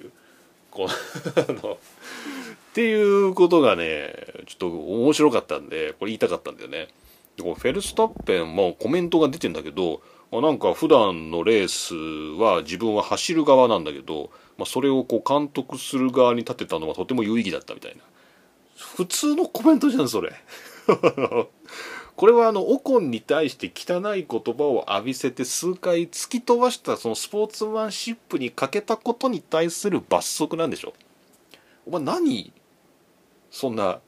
っていうことがね、ちょっと面白かったんで、これ言いたかったんだよね。でフェルスタッペンもコメントが出てんだけど、なんか普段のレースは自分は走る側なんだけど、それを監督する側に立てたのはとても有意義だったみたいな。普通のコメントじゃんそれこれはオコンに対して汚い言葉を浴びせて数回突き飛ばしたそのスポーツマンシップに欠けたことに対する罰則なんでしょ。お前何そんな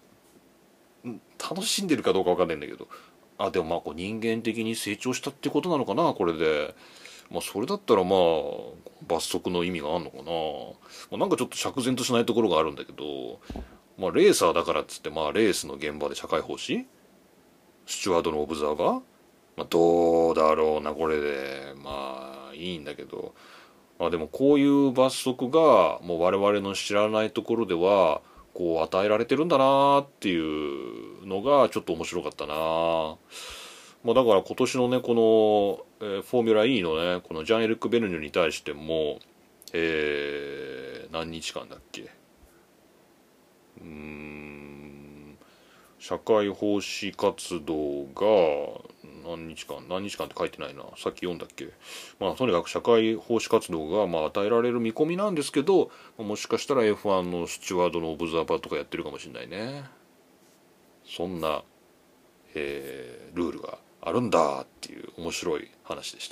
楽しんでるかどうか分かんないんだけど、でも人間的に成長したってことなのかなこれで。それだったら罰則の意味があるのかな。なんかちょっと釈然としないところがあるんだけど、レーサーだからっつってレースの現場で社会奉仕スチュワードのオブザーバー、どうだろうなこれで。いいんだけど、でもこういう罰則がもう我々の知らないところでは与えられてるんだなっていうのがちょっと面白かったな。だから今年のねこの、フォーミュラ E のねこのジャン・エリック・ベルニュに対しても、何日間だっけ、社会奉仕活動が何日間って書いてないな、さっき読んだっけ。とにかく社会奉仕活動が与えられる見込みなんですけど、もしかしたら F1 のスチュワードのオブザーバーとかやってるかもしれないね。そんな、ルールがあるんだっていう面白い話でした。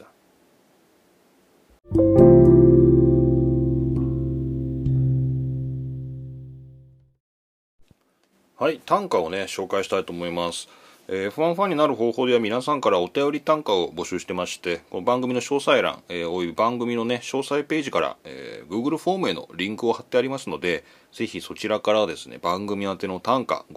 はい、短歌をね紹介したいと思います。F1 ファンになる方法では皆さんからお便り短歌を募集してまして、この番組の詳細欄、および番組のね詳細ページから、Google フォームへのリンクを貼ってありますので、ぜひそちらからですね番組宛ての短歌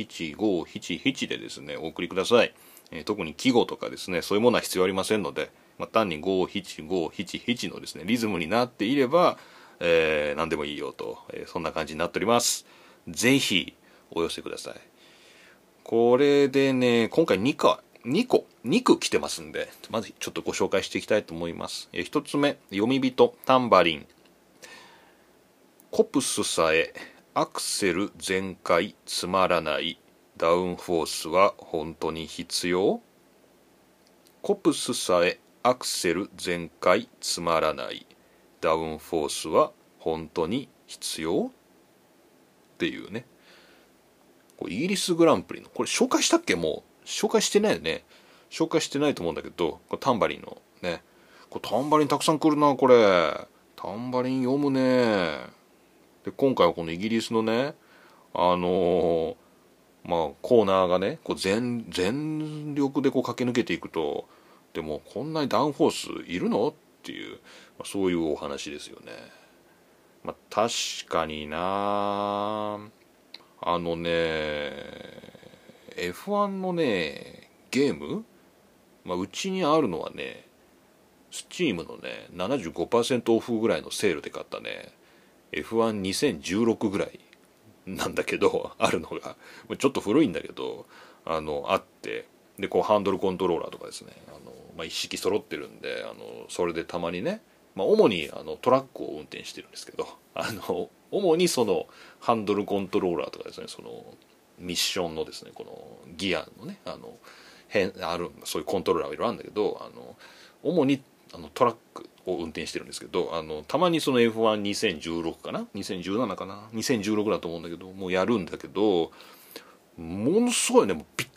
57577でですねお送りください。特に季語とかですねそういうものは必要ありませんので、単に57577のですねリズムになっていれば、何でもいいよと、そんな感じになっております。ぜひお寄せください。これでね今回2句来てますんで、まずちょっとご紹介していきたいと思います。1つ目、読み人タンバリン。コプスさえアクセル全開つまらない、ダウンフォースは本当に必要？コプスさえアクセル全開つまらない、ダウンフォースは本当に必要？っていうね。イギリスグランプリのこれ紹介したっけ。もう紹介してないよね。紹介してないと思うんだけど、これタンバリンのね、これタンバリンたくさん来るな。これタンバリン読むね。で今回はこのイギリスのねコーナーがね全力で駆け抜けていくと、でもこんなにダウンフォースいるのっていう、そういうお話ですよね。確かにな。F1 のねゲーム、うちにあるのはね Steam のね 75% オフぐらいのセールで買ったね F12016 ぐらいなんだけどあるのがちょっと古いんだけどあって、でハンドルコントローラーとかですね一式揃ってるんでそれでたまにね、主にトラックを運転してるんですけど主にそのハンドルコントローラーとかですね、そのミッションのですねこのギアのねそういうコントローラーがいろいろあるんだけど主にトラックを運転してるんですけどたまにその F12016 かな2017かな2016だと思うんだけどもうやるんだけど、ものすごいねもうビターっ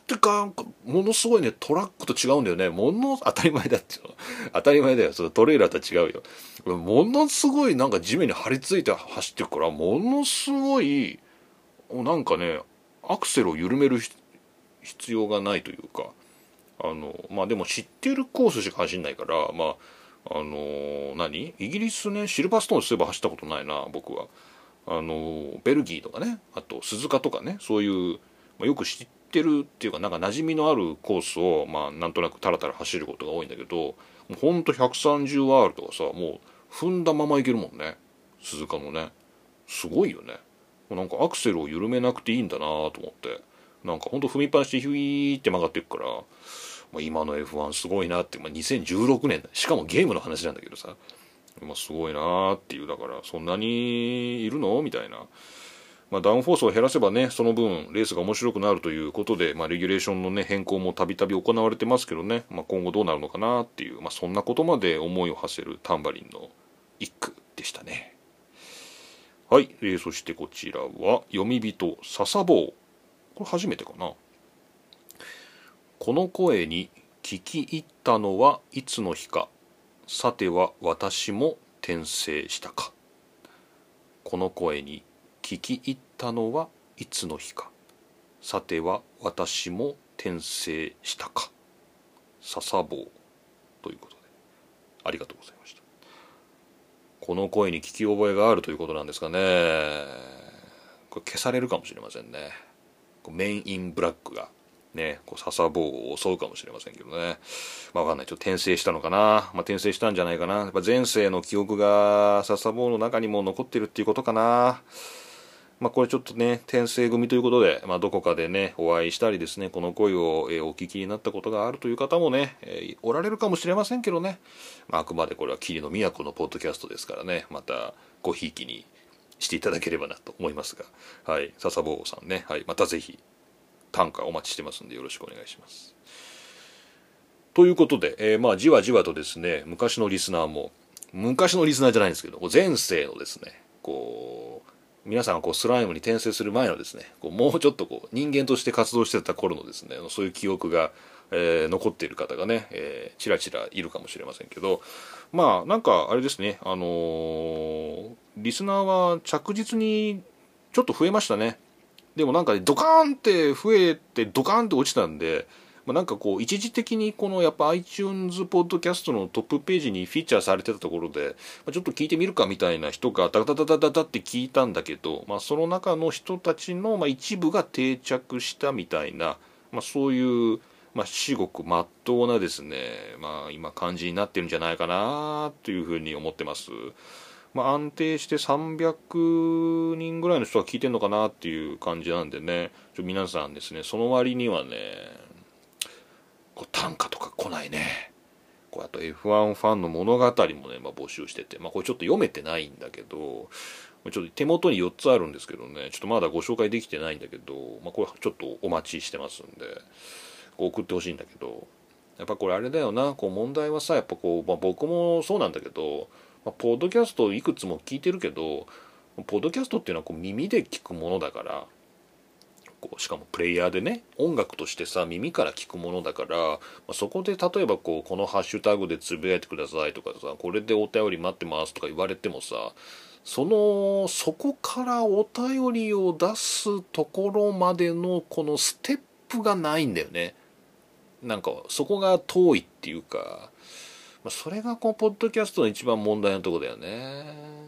ってかものすごいね、トラックと違うんだよね。当たり前だって当たり前だよ。そのトレーラーとは違うよ。ものすごいなんか地面に張り付いて走ってるから、ものすごいなんかね、アクセルを緩める必要がないというか、まあでも知ってるコースしか走んないから、まあイギリスね、シルバーストーンそういえば走ったことないな、僕は。ベルギーとかね、あと鈴鹿とかね、そういう、まあ、よく知ってるっていうか、なんか馴染みのあるコースを、まあなんとなくタラタラ走ることが多いんだけど、もうほんと 130R とかさ、もう踏んだままいけるもんね、鈴鹿のね。すごいよね。なんかアクセルを緩めなくていいんだなと思って、なんかほんと踏みっぱなしでヒュイーって曲がっていくから、まあ、今の F1 すごいなって、まあ、2016年しかもゲームの話なんだけどさ、まあ、すごいなーっていう。だからそんなにいるのみたいな。まあ、ダウンフォースを減らせばね、その分レースが面白くなるということで、まあ、レギュレーションのね変更もたびたび行われてますけどね、まあ、今後どうなるのかなっていう、まあ、そんなことまで思いを馳せるタンバリンの一句でしたね。はい、そしてこちらは読み人笹坊。これ初めてかな。この声に聞き入ったのはいつの日か、さては私も転生したか。この声に聞き入ったのはいつの日か、さては私も転生したか。笹坊ということで、ありがとうございました。この声に聞き覚えがあるということなんですかね。これ消されるかもしれませんね。メインインブラックがね、笹坊を襲うかもしれませんけどね。まあわかんない。ちょっと転生したのかな。まあ転生したんじゃないかな。やっぱ前世の記憶が笹坊の中にも残ってるっていうことかな。まあこれちょっとね、転生組ということで、まあどこかでね、お会いしたりですね、この声を、お聞きになったことがあるという方もね、おられるかもしれませんけどね。まああくまでこれは霧の都のポッドキャストですからね、またごひいきにしていただければなと思いますが、はい、笹坊さんね、はい、またぜひ短歌お待ちしてますんでよろしくお願いします。ということで、まあじわじわとですね、昔のリスナーじゃないんですけど、前世のですね、皆さんがスライムに転生する前のですね、もうちょっと人間として活動してた頃のですね、そういう記憶が、残っている方がね、ちらちらいるかもしれませんけど、まあなんかあれですね、リスナーは着実にちょっと増えましたね。でもなんか、ね、ドカーンって増えてドカーンって落ちたんで、まあ、なんか一時的にやっぱ iTunes ポッドキャストのトップページにフィーチャーされてたところで、まあ、ちょっと聞いてみるかみたいな人がダダダダダダって聞いたんだけど、まあ、その中の人たちの一部が定着したみたいな、まあ、そういう至極まっとうなですね、まあ今感じになってるんじゃないかなというふうに思ってます。まあ、安定して300人ぐらいの人が聞いてんのかなっていう感じなんでね、皆さんですね、その割にはね、短歌とか来ないね。あと F1 ファンの物語もね、まあ、募集してて、まあ、これちょっと読めてないんだけど、ちょっと手元に4つあるんですけどね、ちょっとまだご紹介できてないんだけど、まあ、これちょっとお待ちしてますんで、送ってほしいんだけど、やっぱこれあれだよな、問題はさ、やっぱまあ、僕もそうなんだけど、まあ、ポッドキャストいくつも聞いてるけど、ポッドキャストっていうのは耳で聞くものだから、しかもプレイヤーでね、音楽としてさ耳から聞くものだから、まあ、そこで例えばこのハッシュタグでつぶやいてくださいとかさ、これでお便り待ってますとか言われてもさ、そこからお便りを出すところまでのこのステップがないんだよね。なんかそこが遠いっていうか、まあ、それがポッドキャストの一番問題なとこだよね。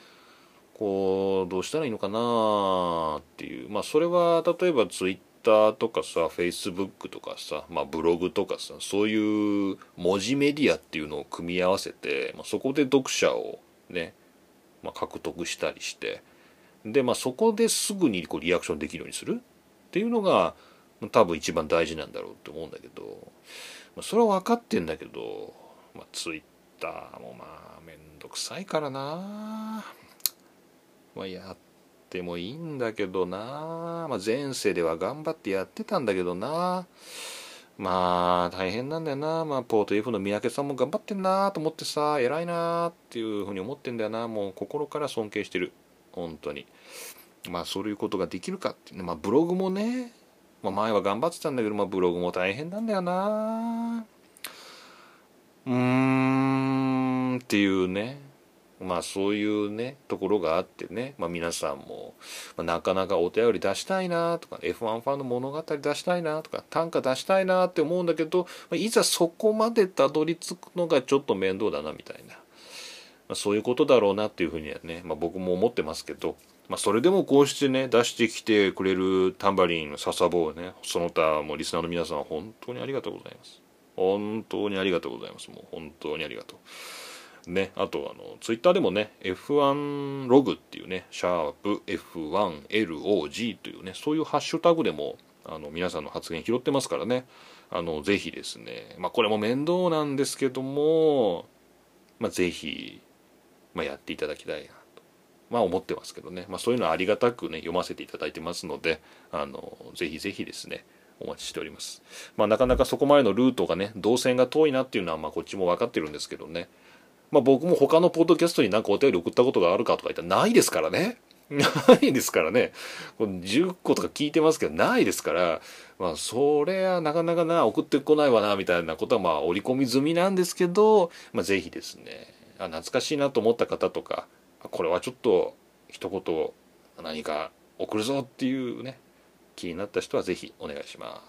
どうしたらいいのかなっていう。まあそれは例えばツイッターとかさ、フェイスブックとかさ、まあブログとかさ、そういう文字メディアっていうのを組み合わせて、まあ、そこで読者をね、まあ、獲得したりして、でまあそこですぐにリアクションできるようにするっていうのが多分一番大事なんだろうって思うんだけど、まあ、それは分かってんだけど、まあ、ツイッターもまあめんどくさいからな。まあ、やってもいいんだけどな、まあ、前世では頑張ってやってたんだけどな、まあ大変なんだよな。まあポート F の三宅さんも頑張ってんなと思ってさ、偉いなっていうふうに思ってんだよな。もう心から尊敬してる、本当に。まあそういうことができるかっていうね、まあブログもね、 前は頑張ってたんだけど、ブログも大変なんだよな。っていうね。そういうねところがあってね、皆さんも、なかなかお便り出したいなとか F1 ファンの物語出したいなとか短歌出したいなって思うんだけど、いざそこまでたどり着くのがちょっと面倒だなみたいな、そういうことだろうなっていうふうにはね、僕も思ってますけど、それでもこうしてね出してきてくれるタンバリンの笹坊ね、その他もリスナーの皆さん本当にありがとうございます。本当にありがとうございます。もう本当にありがとうね。あとツイッターでもね F1 ログっていうねシャープ F1LOG というねそういうハッシュタグでも皆さんの発言拾ってますからね、ぜひですね、これも面倒なんですけども、ぜひ、やっていただきたいなと思ってますけどね、そういうのはありがたくね読ませていただいてますので、ぜひぜひですねお待ちしております。なかなかそこまでのルートがね動線が遠いなっていうのはこっちも分かってるんですけどね、僕も他のポッドキャストになんかお便り送ったことがあるかとか言ったらないですからね。ないですからね。10個とか聞いてますけどないですから、それはなかなか送ってこないわなみたいなことは織り込み済みなんですけど、ぜひですね、懐かしいなと思った方とか、これはちょっと一言何か送るぞっていうね気になった人はぜひお願いします。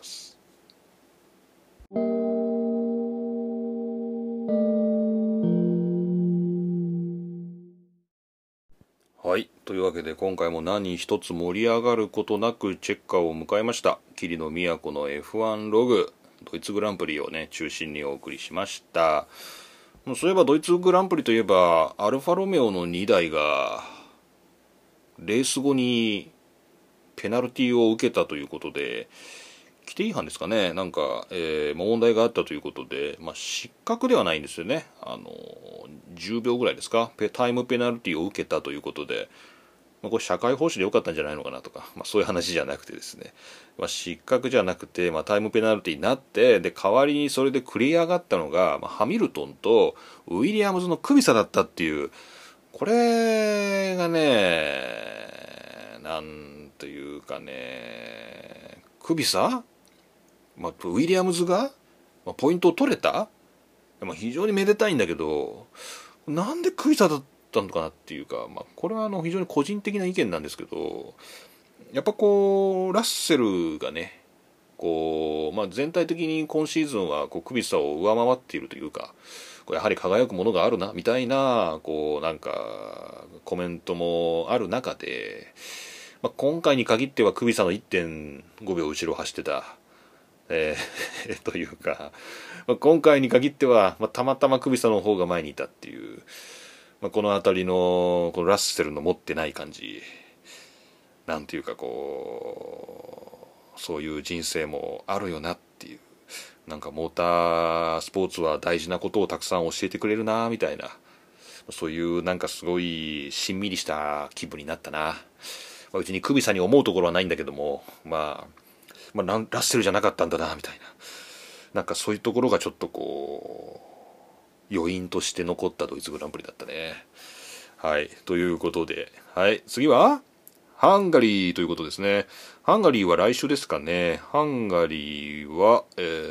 はい。というわけで今回も何一つ盛り上がることなくチェッカーを迎えました。桐野都の F1 ログ、ドイツグランプリをね、中心にお送りしました。そういえばドイツグランプリといえば、アルファロメオの2台が、レース後にペナルティを受けたということで、規定違反ですかね、問題があったということで、失格ではないんですよね。10秒ぐらいですか、タイムペナルティを受けたということで、これ社会奉仕でよかったんじゃないのかなとか、そういう話じゃなくてですね、失格じゃなくて、タイムペナルティになって、で代わりにそれで繰り上がったのが、ハミルトンとウィリアムズのクビ差だったっていう、これがね、なんというかね、クビ差、ウィリアムズが、ポイントを取れた、非常にめでたいんだけど、なんでクビ差だったのかなっていうか、これは非常に個人的な意見なんですけど、やっぱラッセルがね、全体的に今シーズンはクビ差を上回っているというか、やはり輝くものがあるなみたいなコメントもある中で、今回に限ってはクビ差の 1.5 秒後ろを走ってた、というか、今回に限っては、たまたまクビ差の方が前にいたっていう、この辺りのこのラッセルの持ってない感じ、なんていうかそういう人生もあるよなっていう、モータースポーツは大事なことをたくさん教えてくれるなみたいな、そういうすごいしんみりした気分になったな。うちにクビ差に思うところはないんだけども、ラッセルじゃなかったんだなみたいな、そういうところがちょっと余韻として残ったドイツグランプリだったね。はい、ということで、はい、次はハンガリーということですね。ハンガリーは来週ですかね。ハンガリーは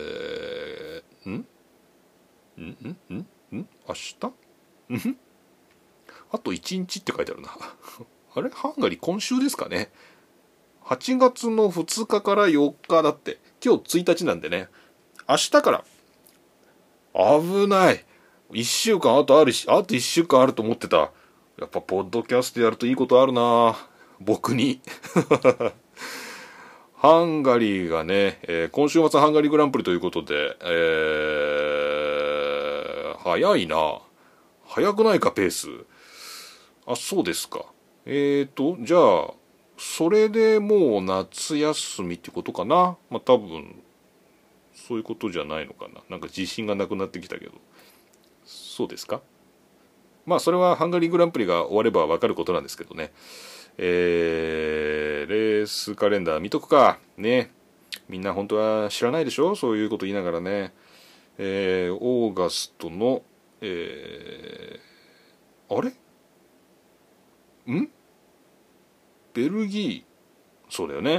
明日あと1日って書いてあるなあれ、ハンガリー今週ですかね。8月の2日から4日だって。今日1日なんでね、明日から。危ない。1週間あと1週間あると思ってた。やっぱポッドキャストやるといいことあるな、僕にハンガリーがね、今週末ハンガリーグランプリということで、早いな。早くないかペース。あ、そうですか。じゃあそれでもう夏休みってことかな。多分そういうことじゃないのかな。自信がなくなってきたけど。そうですか。それはハンガリーグランプリが終われば分かることなんですけどね。レースカレンダー見とくかね。みんな本当は知らないでしょ、そういうこと言いながらね。オーガストの、あれベルギー、そうだよね。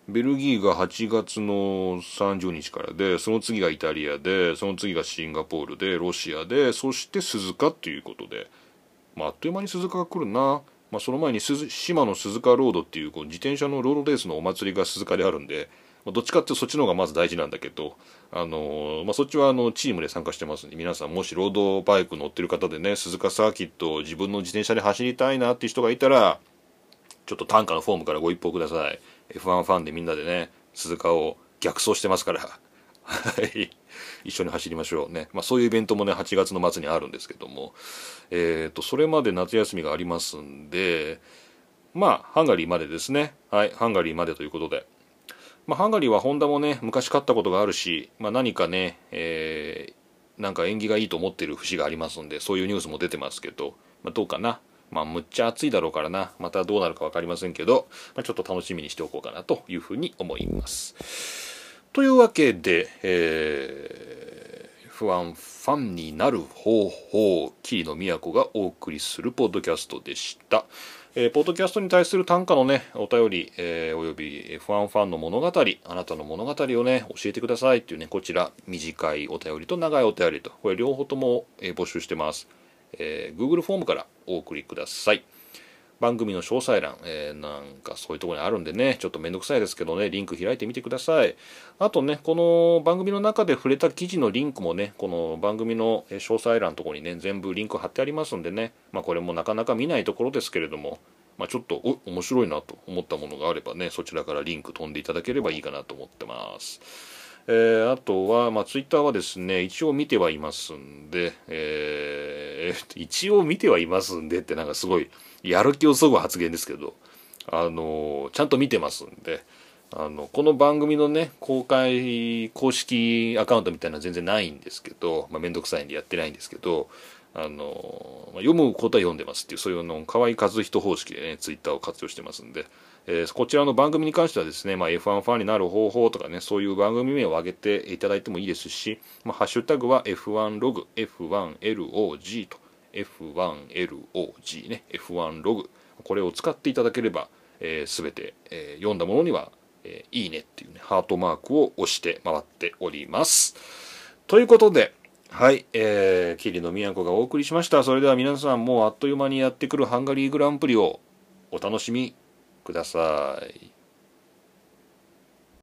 ベルギーが8月の30日からで、その次がイタリアで、その次がシンガポールで、ロシアで、そして鈴鹿っていうことで、あっという間に鈴鹿が来るな。その前に島の鈴鹿ロードっていう、自転車のロードレースのお祭りが鈴鹿であるんで、どっちかっていうとそっちの方がまず大事なんだけど、そっちはチームで参加してますんで、皆さんもしロードバイク乗ってる方でね、鈴鹿サーキットを自分の自転車で走りたいなっていう人がいたら、ちょっと単価のフォームからご一報ください。F1 ファンでみんなでね、鈴鹿を逆走してますから。はい。一緒に走りましょうね。そういうイベントもね、8月の末にあるんですけども、それまで夏休みがありますんで、ハンガリーまでですね。はい、ハンガリーまでということで。ハンガリーはホンダもね、昔勝ったことがあるし、何かね、なんか縁起がいいと思ってる節がありますんで、そういうニュースも出てますけど、どうかな。むっちゃ暑いだろうからな。またどうなるか分かりませんけど、ちょっと楽しみにしておこうかなというふうに思います。というわけで、F1 ファンになる方法、桐野都がお送りするポッドキャストでした。ポッドキャストに対する短歌のね、お便り、および F1 ファンの物語、あなたの物語をね、教えてくださいっていうね、こちら、短いお便りと長いお便りと、これ両方とも、募集してます。Google フォームからお送りください。番組の詳細欄、なんかそういうところにあるんでね、ちょっとめんどくさいですけどね、リンク開いてみてください。あとね、この番組の中で触れた記事のリンクもね、この番組の詳細欄のところにね、全部リンク貼ってありますんでね、これもなかなか見ないところですけれども、ちょっと面白いなと思ったものがあればね、そちらからリンク飛んでいただければいいかなと思ってます。あとは、ツイッターはですね、一応見てはいますんで、一応見てはいますんでってなんかすごいやる気をそぐ発言ですけど、ちゃんと見てますんで、この番組のね、公式アカウントみたいなのは全然ないんですけど、めんどくさいんでやってないんですけど、読むことは読んでますっていう、そういうの、河合和人方式でね、ツイッターを活用してますんで、こちらの番組に関してはですね、F1 ファンになる方法とかね、そういう番組名を挙げていただいてもいいですし、ハッシュタグは F1 ログ、F1LOG と、F1LOG ね、F1 ログ、これを使っていただければ、すべて、読んだものには、いいねっていうね、ハートマークを押して回っております。ということで、はい、桐野都がお送りしました。それでは皆さん、もうあっという間にやってくるハンガリーグランプリをお楽しみください。